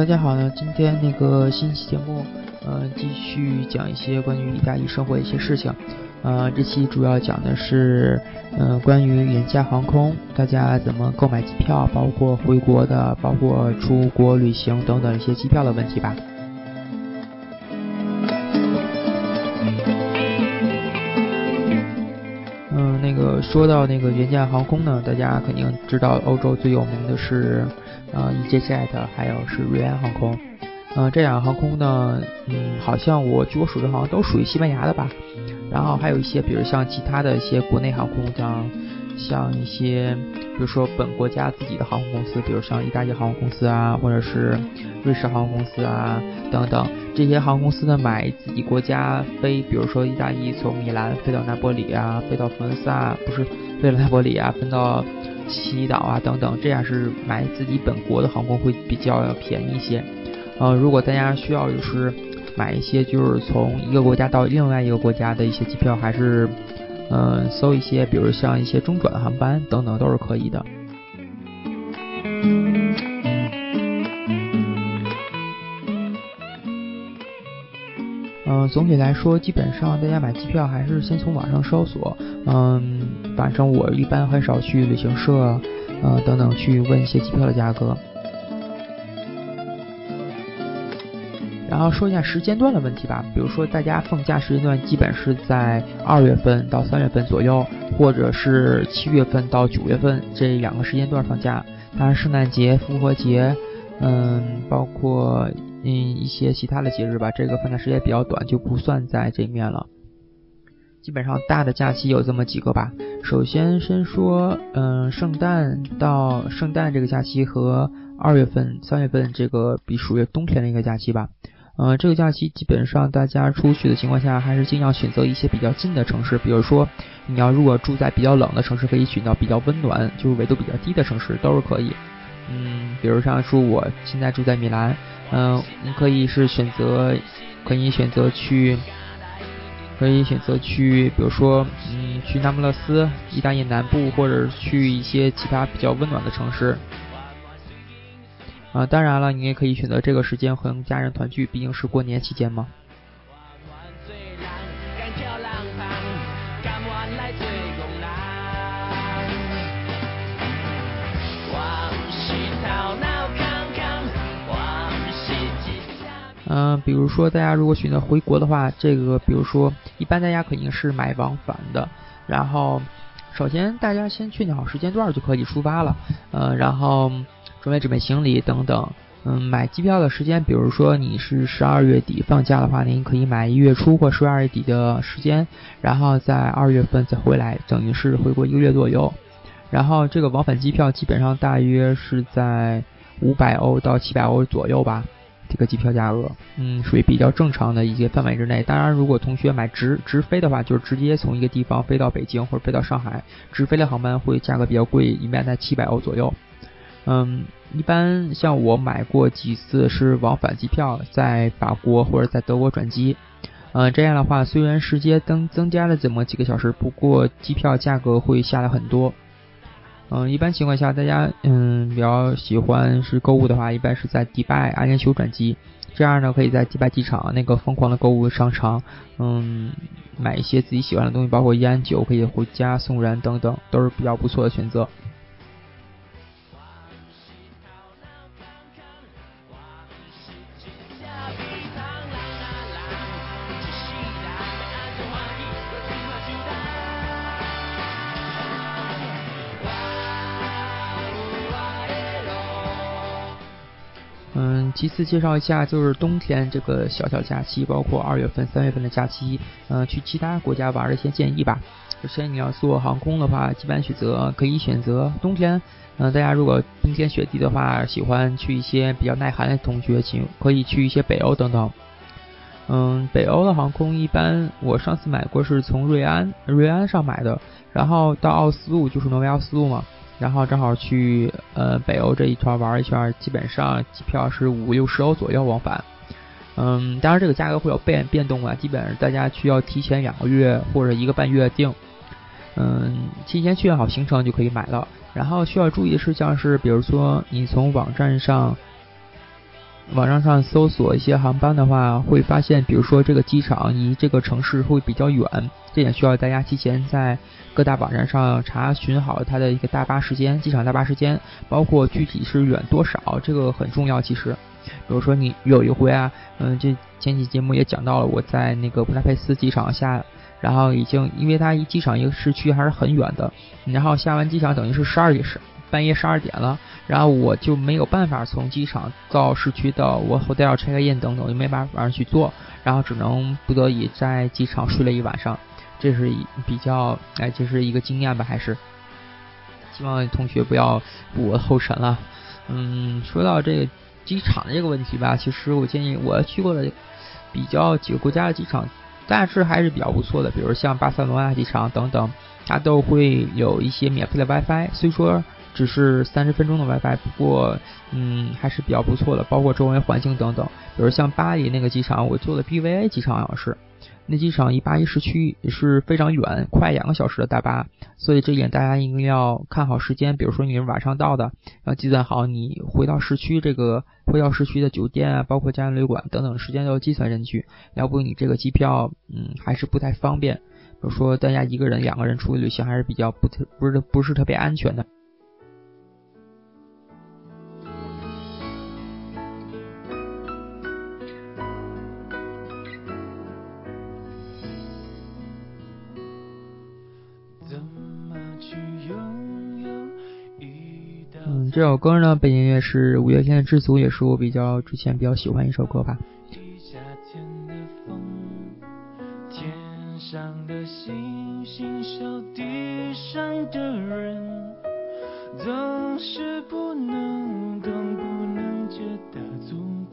家好呢，今天那个新期节目，继续讲一些关于意大利生活的一些事情。这期主要讲的是，关于廉价航空，大家怎么购买机票，包括回国的，包括出国旅行等等一些机票的问题吧。说到那个廉价航空呢，大家肯定知道欧洲最有名的是EasyJet， 还有是瑞安航空。这两个航空呢，好像据我所知好像都属于西班牙的吧。然后还有一些，比如像其他的一些国内航空，像一些，比如说本国家自己的航空公司，比如像意大利航空公司啊，或者是瑞士航空公司啊等等，这些航空公司呢买自己国家飞，比如说意大利从米兰飞到拿波里啊，飞到佛罗伦萨，不是飞到拿波里啊，飞到西里岛啊等等，这样是买自己本国的航空会比较便宜一些。如果大家需要就是买一些就是从一个国家到另外一个国家的一些机票，还是搜一些比如像一些中转航班等等都是可以的。总体来说，基本上大家买机票还是先从网上搜索。反正我一般很少去旅行社等等去问一些机票的价格。然后说一下时间段的问题吧，比如说大家放假时间段基本是在2月份到3月份左右，或者是7月份到9月份这两个时间段放假。当然圣诞节、复活节，包括一些其他的节日吧，这个放假时间比较短，就不算在这面了。基本上大的假期有这么几个吧。首先说，圣诞这个假期和2月份、3月份这个比属于冬天的一个假期吧。这个假期基本上大家出去的情况下，还是尽量选择一些比较近的城市，比如说你要如果住在比较冷的城市，可以选到比较温暖，就是纬度比较低的城市都是可以。比如像说我现在住在米兰，你可以选择去，比如说去那不勒斯，意大利南部，或者去一些其他比较温暖的城市。当然了，你也可以选择这个时间和家人团聚，毕竟是过年期间嘛。比如说大家如果选择回国的话，这个比如说一般大家肯定是买往返的，然后首先大家先确定好时间段就可以出发了，然后准备行李等等。买机票的时间，比如说你是12月底放假的话，您可以买1月初或12月底的时间，然后在2月份再回来，等于是回国1个月左右。然后这个往返机票基本上大约是在500欧到700欧左右吧，这个机票价格，属于比较正常的一些范围之内。当然如果同学买直飞的话，就是直接从一个地方飞到北京或者飞到上海，直飞的航班会价格比较贵，一般在700欧左右。一般像我买过几次是往返机票，在法国或者在德国转机。这样的话虽然时间增加了这么几个小时，不过机票价格会下来很多。一般情况下大家比较喜欢是购物的话，一般是在迪拜、阿联酋转机。这样呢可以在迪拜机场那个疯狂的购物商场买一些自己喜欢的东西，包括烟酒可以回家送人等等，都是比较不错的选择。其次介绍一下就是冬天这个小假期，包括2月份、3月份的假期，去其他国家玩的一些建议吧。首先你要坐航空的话，基本可以选择冬天。大家如果冰天雪地的话，喜欢去一些比较耐寒的同学，可以去一些北欧等等。北欧的航空一般我上次买过是从瑞安上买的，然后到奥斯陆，就是挪威奥斯陆嘛，然后正好去北欧这一圈玩一圈，基本上机票是50-60欧左右往返。当然这个价格会有变动啊，基本上大家需要提前2个月或者1个半月订。提前确认好行程就可以买了。然后需要注意的事项是，比如说你从网站上网上搜索一些航班的话，会发现比如说这个机场离这个城市会比较远，这点需要大家提前在各大网站上查询好它的一个大巴时间，机场大巴时间，包括具体是远多少，这个很重要。其实比如说你有一回啊，这前期节目也讲到了，我在那个布达佩斯机场下，然后因为它机场一个市区还是很远的，然后下完机场等于是半夜12点了，然后我就没有办法从机场到市区到我 hotel check in 等等，就没办法去做，然后只能不得已在机场睡了一晚上。这是这是一个经验吧，还是希望同学不要步我的后尘了。说到这个机场的这个问题吧，其实我建议我去过的比较几个国家的机场大致还是比较不错的，比如像巴塞罗那机场等等，它都会有一些免费的 WiFi， 虽说只是30分钟的 WiFi， 不过还是比较不错的，包括周围环境等等。比如像巴黎那个机场，我坐的 BVA 机场好像是，那机场离巴黎市区也是非常远，快2个小时的大巴，所以这一点大家一定要看好时间。比如说你是晚上到的，要计算好你回到市区的酒店啊，包括家庭旅馆等等时间都要计算进去，要不你这个机票还是不太方便。比如说大家1个人2个人出去旅行还是比较不是特别安全的。这首歌呢，背景音乐是5月天的《知足》，也是我之前比较喜欢一首歌吧。 夏天的风，天上的星星，小地上的人，总是不能觉得足够。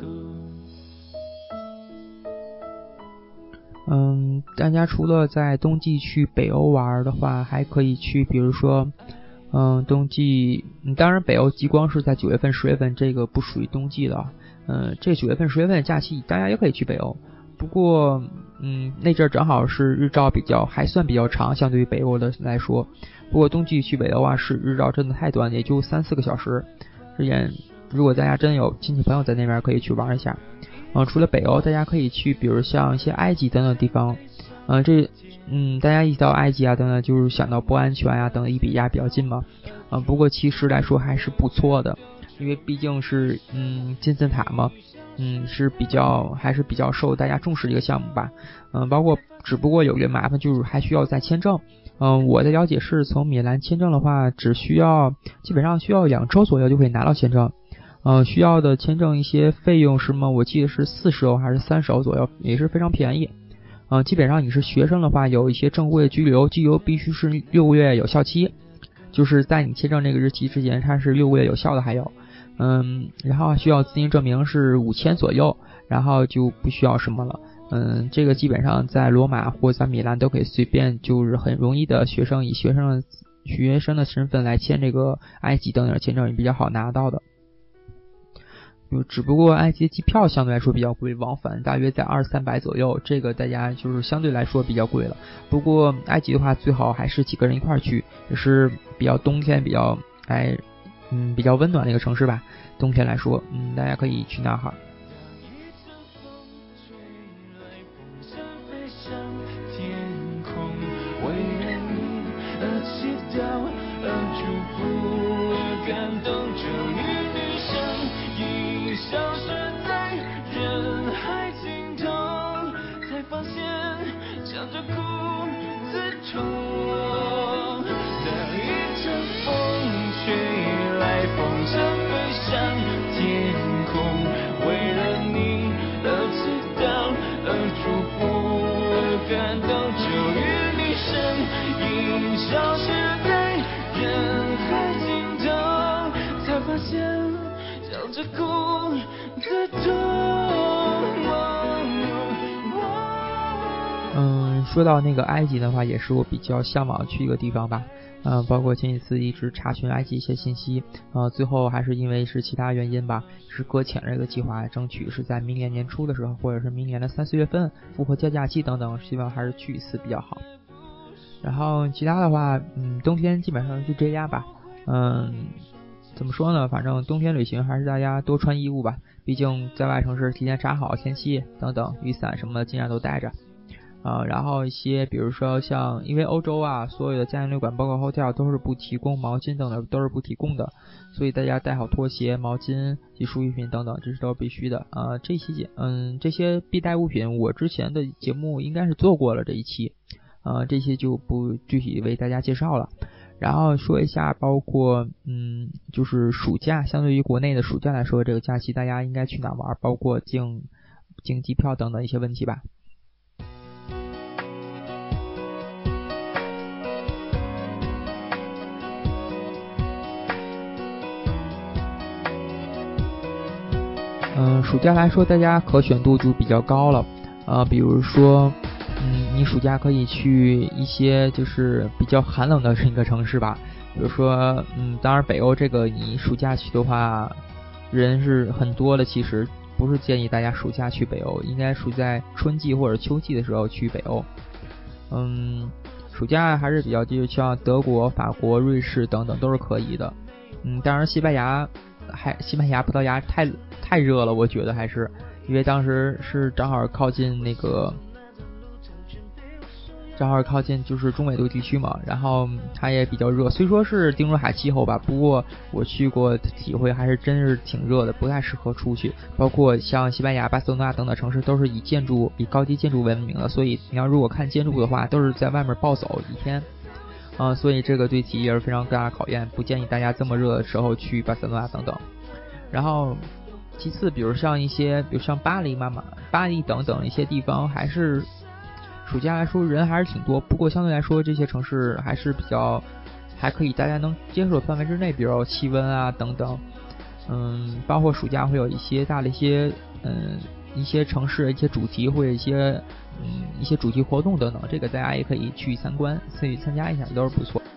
大家除了在冬季去北欧玩的话，还可以去比如说冬季，当然北欧极光是在9月份10月份，这个不属于冬季了。这9月份10月份的假期大家也可以去北欧，不过那阵正好是日照还算比较长，相对于北欧的来说。不过冬季去北欧啊，是日照真的太短，也就3-4个小时。如果大家真有亲戚朋友在那边，可以去玩一下。除了北欧，大家可以去比如像一些埃及等等地方。大家一到埃及啊等等，就是想到不安全啊等等，伊比亚比较近嘛。不过其实来说还是不错的，因为毕竟是金字塔嘛，还是比较受大家重视的一个项目吧。只不过有一个麻烦，就是还需要再签证。我的了解是从米兰签证的话，基本上需要2周左右就可以拿到签证。需要的签证一些费用是吗？我记得是40欧还是30欧左右，也是非常便宜。基本上你是学生的话，有一些正规的居留必须是6个月有效期，就是在你签证这个日期之前，它是6个月有效的。还有然后需要资金证明是5000左右，然后就不需要什么了。这个基本上在罗马或在米兰都可以随便，就是很容易的，学生以学生的身份来签这个埃及等等签证也比较好拿到的。只不过埃及的机票相对来说比较贵，往返大约在200-300左右，这个大家就是相对来说比较贵了。不过埃及的话，最好还是几个人一块去，也是比较冬天比较温暖的一个城市吧。冬天来说，大家可以去那儿。说到那个埃及的话，也是我比较向往去一个地方吧。包括前几次一直查询埃及一些信息，最后还是因为是其他原因吧，是搁浅了这个计划，争取是在明年年初的时候，或者是明年的3-4月份复活节假期等等，希望还是去一次比较好。然后其他的话，冬天基本上就这样吧。 怎么说呢，反正冬天旅行还是大家多穿衣物吧，毕竟在外城市提前查好天气等等，雨伞什么的尽量都带着。然后一些比如说像因为欧洲啊，所有的家庭旅馆包括 hotel 都是不提供毛巾等等，都是不提供的，所以大家带好拖鞋、毛巾及梳洗品等等，这是都是必须的。这些必带物品我之前的节目应该是做过了这一期，这些就不具体为大家介绍了。然后说一下包括就是暑假，相对于国内的暑假来说，这个假期大家应该去哪玩，包括订机票等等一些问题吧。暑假来说，大家可选度就比较高了。比如说，你暑假可以去一些就是比较寒冷的一个城市吧。比如说，当然北欧这个你暑假去的话，人是很多的，其实不是建议大家暑假去北欧，应该属在春季或者秋季的时候去北欧。暑假还是比较就像德国、法国、瑞士等等都是可以的。当然西班牙、葡萄牙太热了，我觉得还是因为当时是正好靠近就是中纬度地区嘛，然后它也比较热，虽说是地中海气候吧，不过我去过体会还是真是挺热的，不太适合出去。包括像西班牙、巴塞罗那等等城市都是以高低建筑闻名的，所以你要如果看建筑的话，都是在外面暴走一天。所以这个对体力也是非常大的考验，不建议大家这么热的时候去巴塞罗那等等。然后其次比如像巴黎等等一些地方，还是暑假来说人还是挺多，不过相对来说这些城市还是还可以大家能接受的范围之内，比如气温啊等等。包括暑假会有一些大的一些城市一些主题或者一些主题活动等等，这个大家也可以去参加一下，都是不错。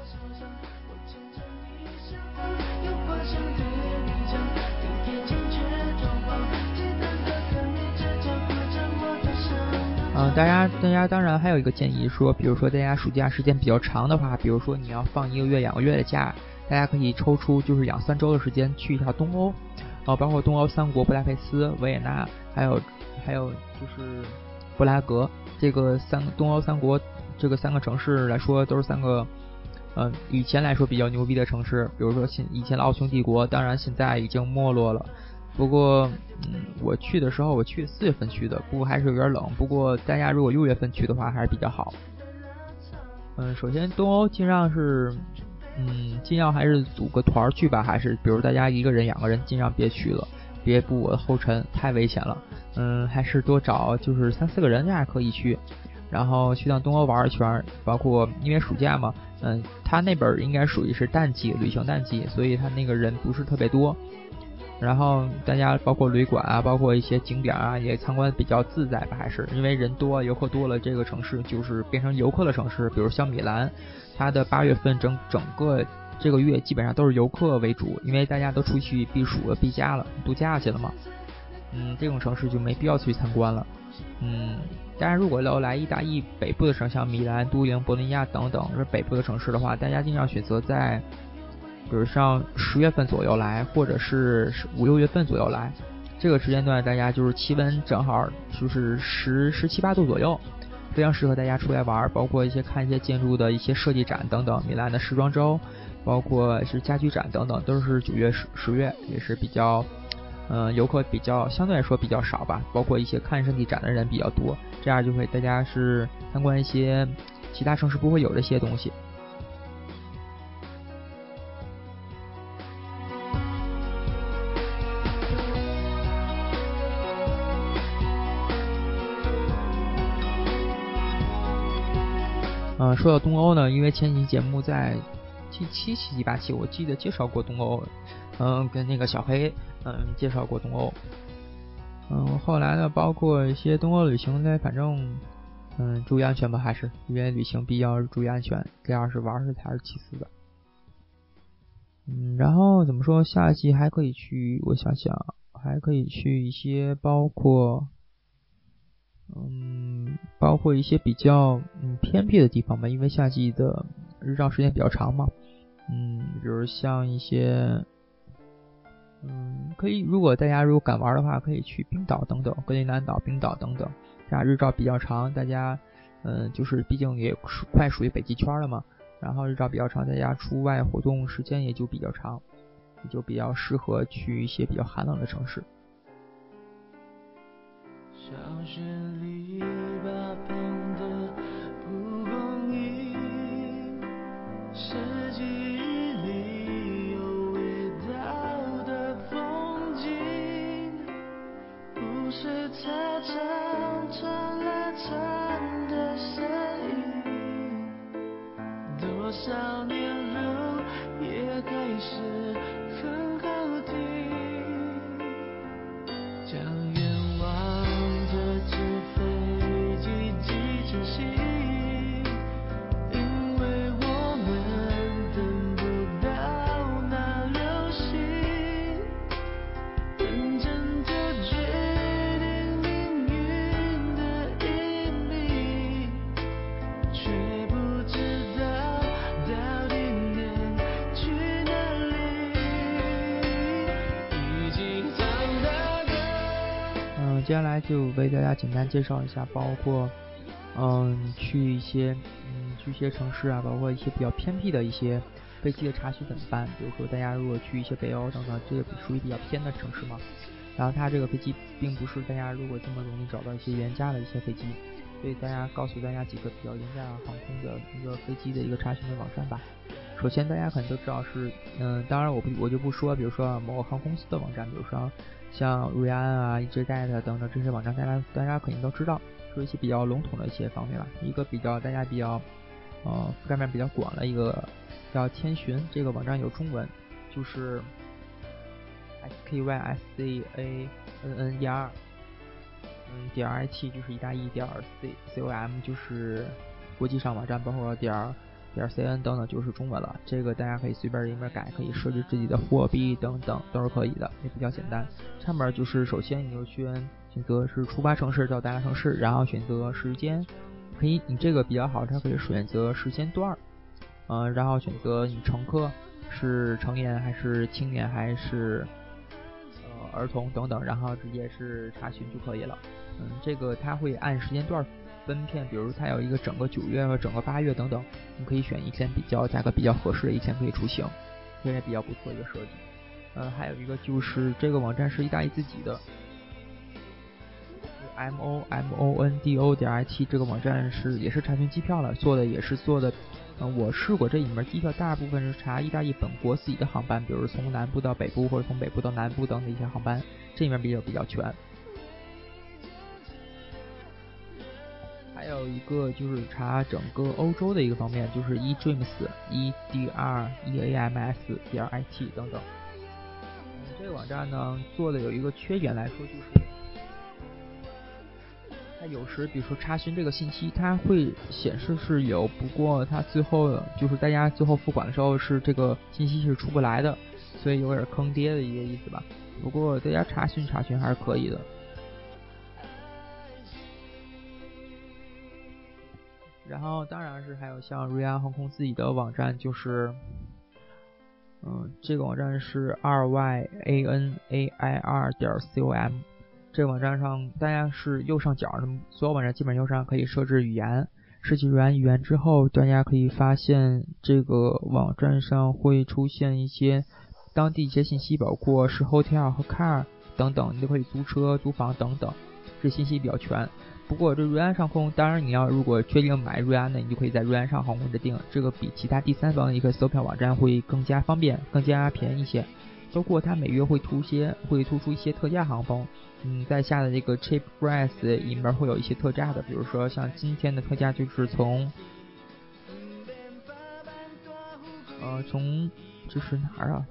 大家当然还有一个建议说，比如说大家暑假时间比较长的话，比如说你要放1个月、2个月的假，大家可以抽出就是2-3周的时间去一趟东欧，包括东欧3国布达佩斯、维也纳，还有就是布拉格，这个东欧3国这个3个城市来说都是3个以前来说比较牛逼的城市。比如说以前的奥匈帝国，当然现在已经没落了。不过我去的时候我去4月份去的，不过还是有点冷，不过大家如果6月份去的话还是比较好。首先东欧尽量还是组个团去吧，还是比如大家1个人2个人尽量别去了，别步我的后尘，太危险了。还是多找就是3-4个人这样可以去，然后去趟东欧玩一圈，包括因为暑假嘛，他那边应该属于是旅行淡季，所以他那个人不是特别多。然后大家包括旅馆啊，包括一些景点啊，也参观比较自在吧，还是因为人多游客多了，这个城市就是变成游客的城市。比如像米兰，它的8月份整个这个月基本上都是游客为主，因为大家都出去避暑了、避假了、度假去了嘛。这种城市就没必要去参观了。当然如果要来意大利北部的城市，像米兰、都灵、博洛尼亚等等是北部的城市的话，大家尽量选择在比如像10月份左右来，或者是5-6月份左右来，这个时间段大家就是气温正好就是17-18度左右，非常适合大家出来玩，包括看一些建筑的一些设计展等等。米兰的时装周，包括是家居展等等，都是9月10月，也是比较游客比较相对来说比较少吧，包括一些看设计展的人比较多，这样就会大家是参观一些其他城市不会有这些东西。说到东欧呢，因为前几期节目在第7期、第8期我记得介绍过东欧，跟那个小黑介绍过东欧。后来呢，包括一些东欧旅行呢，反正注意安全吧，还是因为旅行必要注意安全，这样是玩才是其次的。然后怎么说，下一期还可以去，我想想还可以去一些包括一些比较偏僻的地方吧，因为夏季的日照时间比较长嘛。 比如像一些可以，如果大家敢玩的话，可以去冰岛等等，格陵兰岛、冰岛等等，这样日照比较长，大家就是毕竟也快属于北极圈了嘛，然后日照比较长，大家出外活动时间也就比较长，也就比较适合去一些比较寒冷的城市。 小学里把旁的蒲公英，十几日里有味道的风景，不是操场传来蝉的声音，多少年后也开始很好听，将愿望这纸飞机寄成信，因为我们等不到那流星，认真地决定命运的引力，却不知道到底能去哪里，已经长大的接下来就为大家简单介绍一下，包括去一些城市啊，包括一些比较偏僻的一些飞机的查询怎么办。比如说大家如果去一些北欧等等，这个属于比较偏的城市嘛，然后它这个飞机并不是大家如果这么容易找到一些原价的一些飞机，所以告诉大家几个比较廉价航空的一个飞机的一个查询的网站吧。首先大家可能都知道是当然我就不说，比如说某个航空公司的网站，比如说像瑞安啊、EasyJet 等等这些网站，大家肯定都知道，说一些比较笼统的一些方面吧。一个大家比较覆盖面比较广的一个叫天巡，这个网站有中文，就是 SKYSCANNER，就是1.1.com，就是国际上网站，包括.cn 等等就是中文了。这个大家可以随便里面改，可以设置自己的货币等等都是可以的，也比较简单。上面就是首先你就选择是出发城市到达城市，然后选择时间，你这个比较好，它可以选择时间段，然后选择你乘客是成年还是青年还是儿童等等，然后直接是查询就可以了。这个它会按时间段分片，比如它有一个整个9月和整个8月等等，你可以选一天价格比较合适的一天可以出行，这也比较不错一个设计。还有一个就是这个网站是意大利自己的mondo.it， 这个网站也是查询机票了，做的我试过，这里面机票大部分是查意大利本国自己的航班，比如从南部到北部或者从北部到南部等的一些航班，这里面比较全。还有一个就是查整个欧洲的一个方面，就是 edreams 等等。这个网站呢做的有一个缺点来说，就是它有时比如说查询这个信息，它会显示是有，不过它最后就是大家最后付款的时候是这个信息是出不来的，所以有点坑爹的一个意思吧。不过大家查询还是可以的。然后当然是还有像瑞安航空自己的网站，就是这个网站是 ryanair.com， 这个网站上大家是右上角的所有网站基本右上可以设置语言，设计语言之后，大家可以发现这个网站上会出现一些当地一些信息，包括是 hotel 和 car 等等，你都可以租车租房等等，这信息比较全。不过这瑞安航空，当然你要如果确定买瑞安的，你就可以在瑞安上航空订，这个比其他第三方的一个搜票网站会更加方便，更加便宜一些。包括它每月会突出一些特价航空，在下的这个 cheap price 里面会有一些特价的，比如说像今天的特价就是从这是哪儿啊？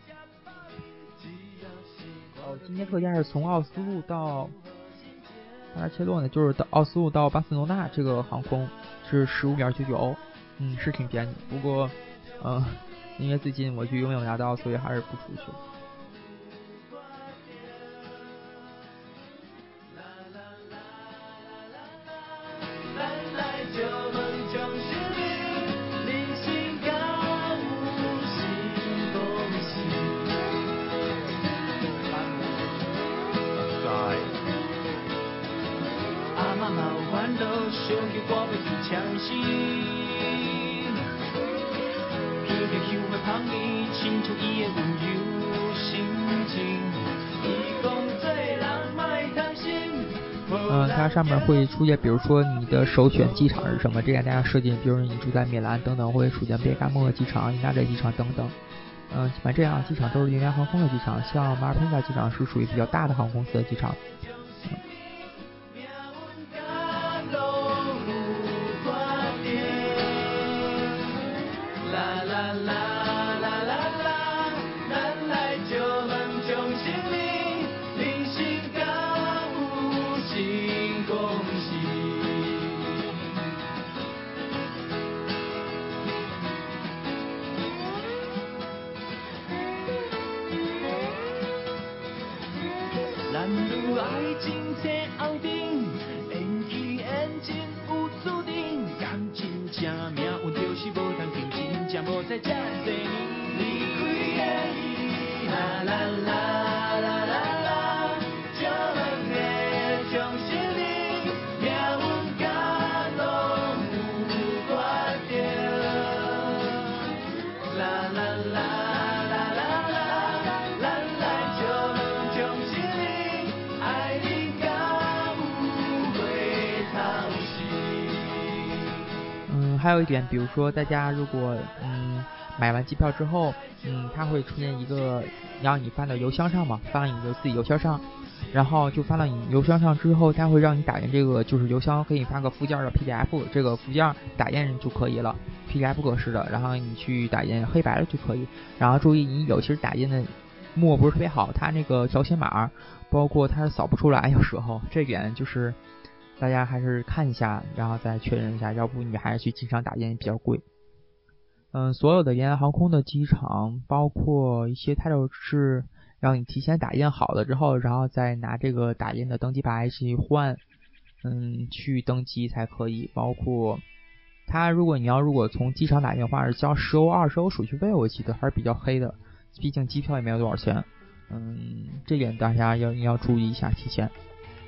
今天特价是从奥斯陆到切洛呢，就是到奥斯陆到巴塞罗那，这个航空是15.99欧，是挺便宜。不过因为最近我去游泳拿到，所以还是不出去。 欢乐，小叫我要去抢死。闻着香的香味，亲像伊的温柔心情。伊讲做人莫贪心。 它上面会出现，比如说你的首选机场是什么，这样大家设计，比如你住在米兰等等，会出现贝加莫机场、伊纳这机场等等。基本这样机场都是联合航空的机场，像马尔佩萨机场是属于比较大的航空公司的机场。 咱愈爱情切后顶，缘起缘尽有注定，感情正命运就是无通停，真正无在这多年离开的伊，啦啦啦啦啦啦，少年的将心灵，命运甲拢有决定，啦啦啦。 还有一点，比如说大家如果买完机票之后，它会出现一个让你发到邮箱上嘛，发到你的自己邮箱上，然后就发到你邮箱上之后，它会让你打印这个，就是邮箱给你发个附件的 PDF， 这个附件打印就可以了， PDF 格式的，然后你去打印黑白的就可以。然后注意，你有些打印的墨不是特别好，它那个条形码包括它是扫不出来，有时候这点就是大家还是看一下，然后再确认一下，要不你还是去机场打印比较贵。所有的联合航空的机场，包括一些它就是让你提前打印好了之后，然后再拿这个打印的登机牌去换，去登机才可以。包括它如果从机场打印的话，是交10欧、20欧手续费，我记得还是比较黑的，毕竟机票也没有多少钱。这点大家要注意一下，提前。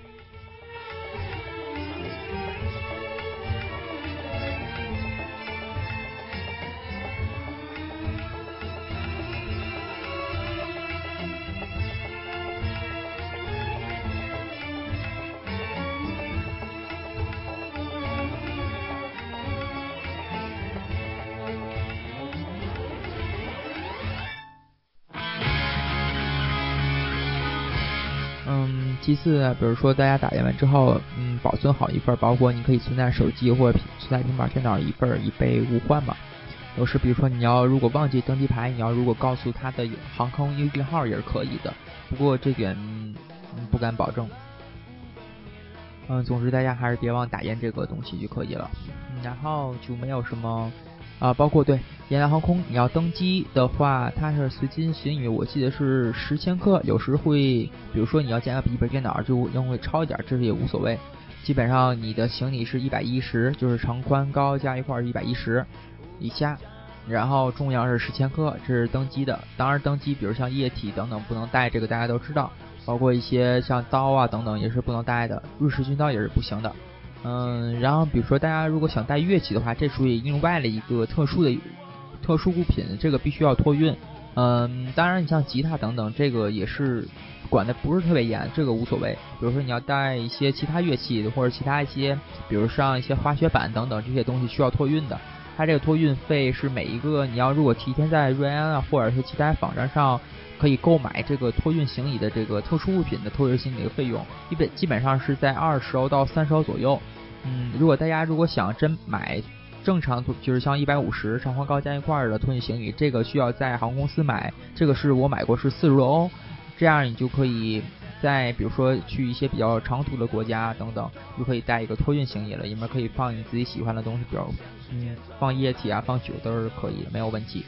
其次，比如说大家打印完之后，保存好一份，包括你可以存在手机或者存在平板电脑一份，以备无患嘛。有时比如说你如果忘记登机牌，你如果告诉他的航空邮件号也是可以的，不过这点不敢保证。总之大家还是别忘打印这个东西就可以了。然后就没有什么包括对联合航空你要登机的话，它是随机行李，我记得是10千克，有时会比如说你要加个笔记本电脑就会超一点，这是也无所谓。基本上你的行李是110，就是长宽高加一块是110以下，然后重量是10千克，这是登机的。当然登机比如像液体等等不能带，这个大家都知道，包括一些像刀等等也是不能带的，日式军刀也是不行的。然后比如说大家如果想带乐器的话，这属于另外的一个特殊物品，这个必须要托运。当然你像吉他等等，这个也是管的不是特别严，这个无所谓。比如说你要带一些其他乐器或者其他一些，比如像一些滑雪板等等这些东西需要托运的，它这个托运费是每一个你如果提前在瑞安或者是其他网站上可以购买这个托运行李的这个特殊物品的托运行李的费用，基本上是在20欧到30欧左右。如果大家想真买正常就是像150长宽高加一块的托运行李，这个需要在航空公司买，这个是我买过是40多欧，这样你就可以在比如说去一些比较长途的国家等等，就可以带一个托运行李了，里面可以放你自己喜欢的东西，比如放液体放酒都是可以的，没有问题。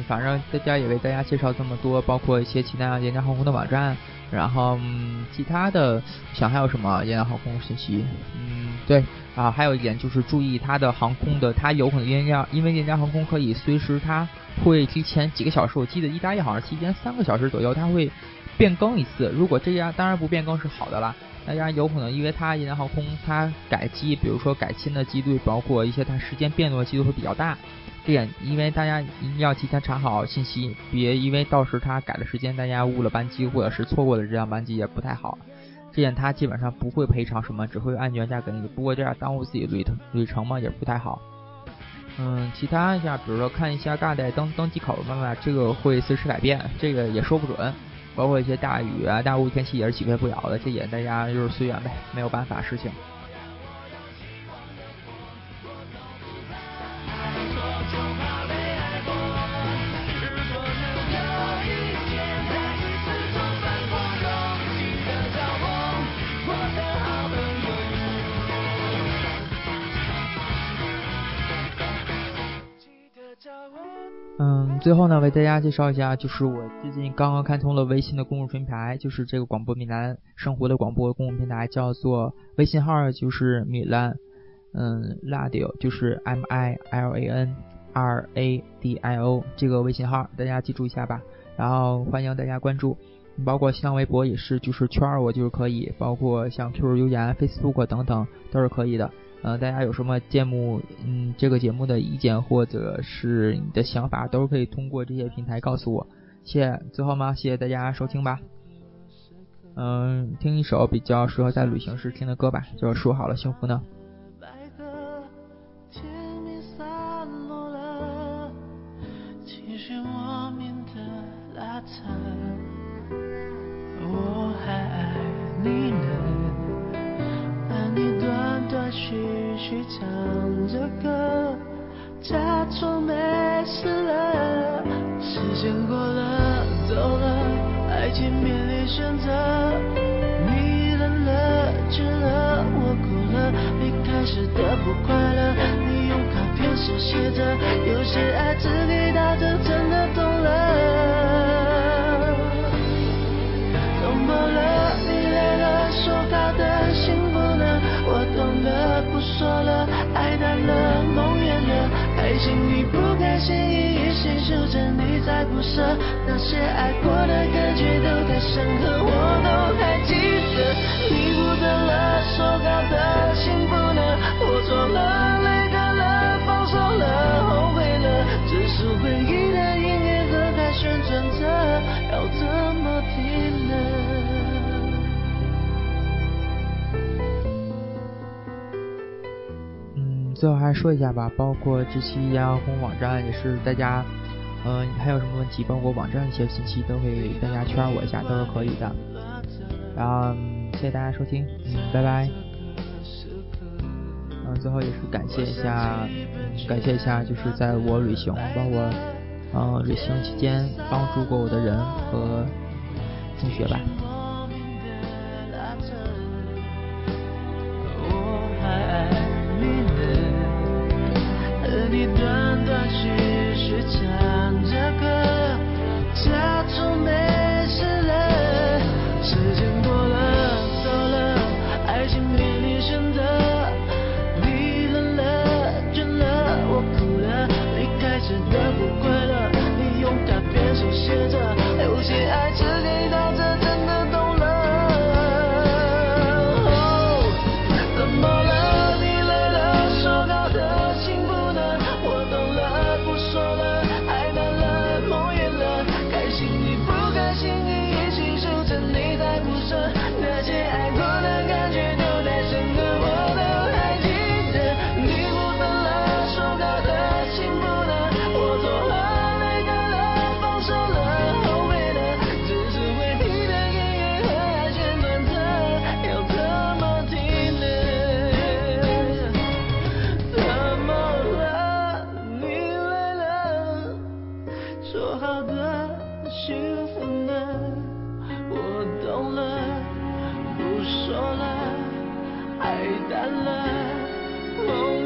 反正大家也为大家介绍这么多，包括一些其他廉价航空的网站，然后其他的想还有什么廉价航空信息？对啊，还有一点就是注意它的航空的，它有可能因为廉价航空可以随时它会提前几个小时，我记得意大利好像提前3个小时左右它会变更一次，如果这样当然不变更是好的啦。大家有可能因为它廉价航空它改机，比如说改签的机率，包括一些它时间变动的机率会比较大，这点因为大家一定要提前查好信息，别因为到时它改了时间，大家误了班机或者是错过了这辆班机也不太好。这点它基本上不会赔偿什么，只会按原价给你，不过这样耽误自己旅程嘛也不太好。其他一下比如说看一下大概登机口嘛，这个会随时改变，这个也说不准，包括一些大雨啊大雾天气也是起飞不了的，这也大家就是随缘呗，没有办法事情。最后呢，为大家介绍一下，就是我最近刚刚开通了微信的公众平台，就是这个广播米兰生活的广播公众平台，叫做微信号就是米兰radio， 就是 MILANRADIO 这个微信号，大家记住一下吧。然后欢迎大家关注，包括新浪微博也是，就是圈我就是可以，包括像 QQ 留言、Facebook 等等都是可以的。大家有什么这个节目的意见或者是你的想法，都是可以通过这些平台告诉我。谢谢，最后嘛，谢谢大家收听吧。听一首比较适合在旅行时听的歌吧，就是说好了幸福呢。 我还爱你呢，你断断续续唱着歌，假装没事了。时间过了，走了，爱情面临选择。你冷了，倦了，我哭了。离开时的不快乐，你用卡片手写着，有些爱只给到这，真的懂了。怎么了？你累了，说好的幸福呢？我懂了，不说了，爱淡了，梦远了，开心与不开心一一细数着，你在不舍，那些爱过的感觉都太深刻，我都还记得。你不等了，说好的幸福呢？我错了，累个了，放手了，后悔了，只是回忆的音乐盒还旋转着，要怎么停呢？ 最后还是说一下吧，包括这期央航网站也是大家还有什么问题，包括网站一些信息都可以大家圈我一下，都是可以的。然后谢谢大家收听，拜拜。最后也是感谢一下就是在我旅行包括旅行期间帮助过我的人和同学吧。 你断断续续唱着歌，假装没事了。时间过了，走了，爱情面临选择。你冷了，倦了，我哭了。离开时的不快乐，你用卡片手写着，有些爱只给到这，真的懂了。怎么了？你累了，说好的幸福呢？我懂了，不说了，爱淡了，梦远了，开心与不开心一起数着，你在不舍，那些爱过的感觉都太深刻，我都还记得。你不等了，说好的幸福呢？我错了，累个了，放手了，后悔了，只是回忆的音乐盒还旋转着，要怎么停呢？怎么了？你累了，说好的幸福呢？我懂了，不说了，爱淡了。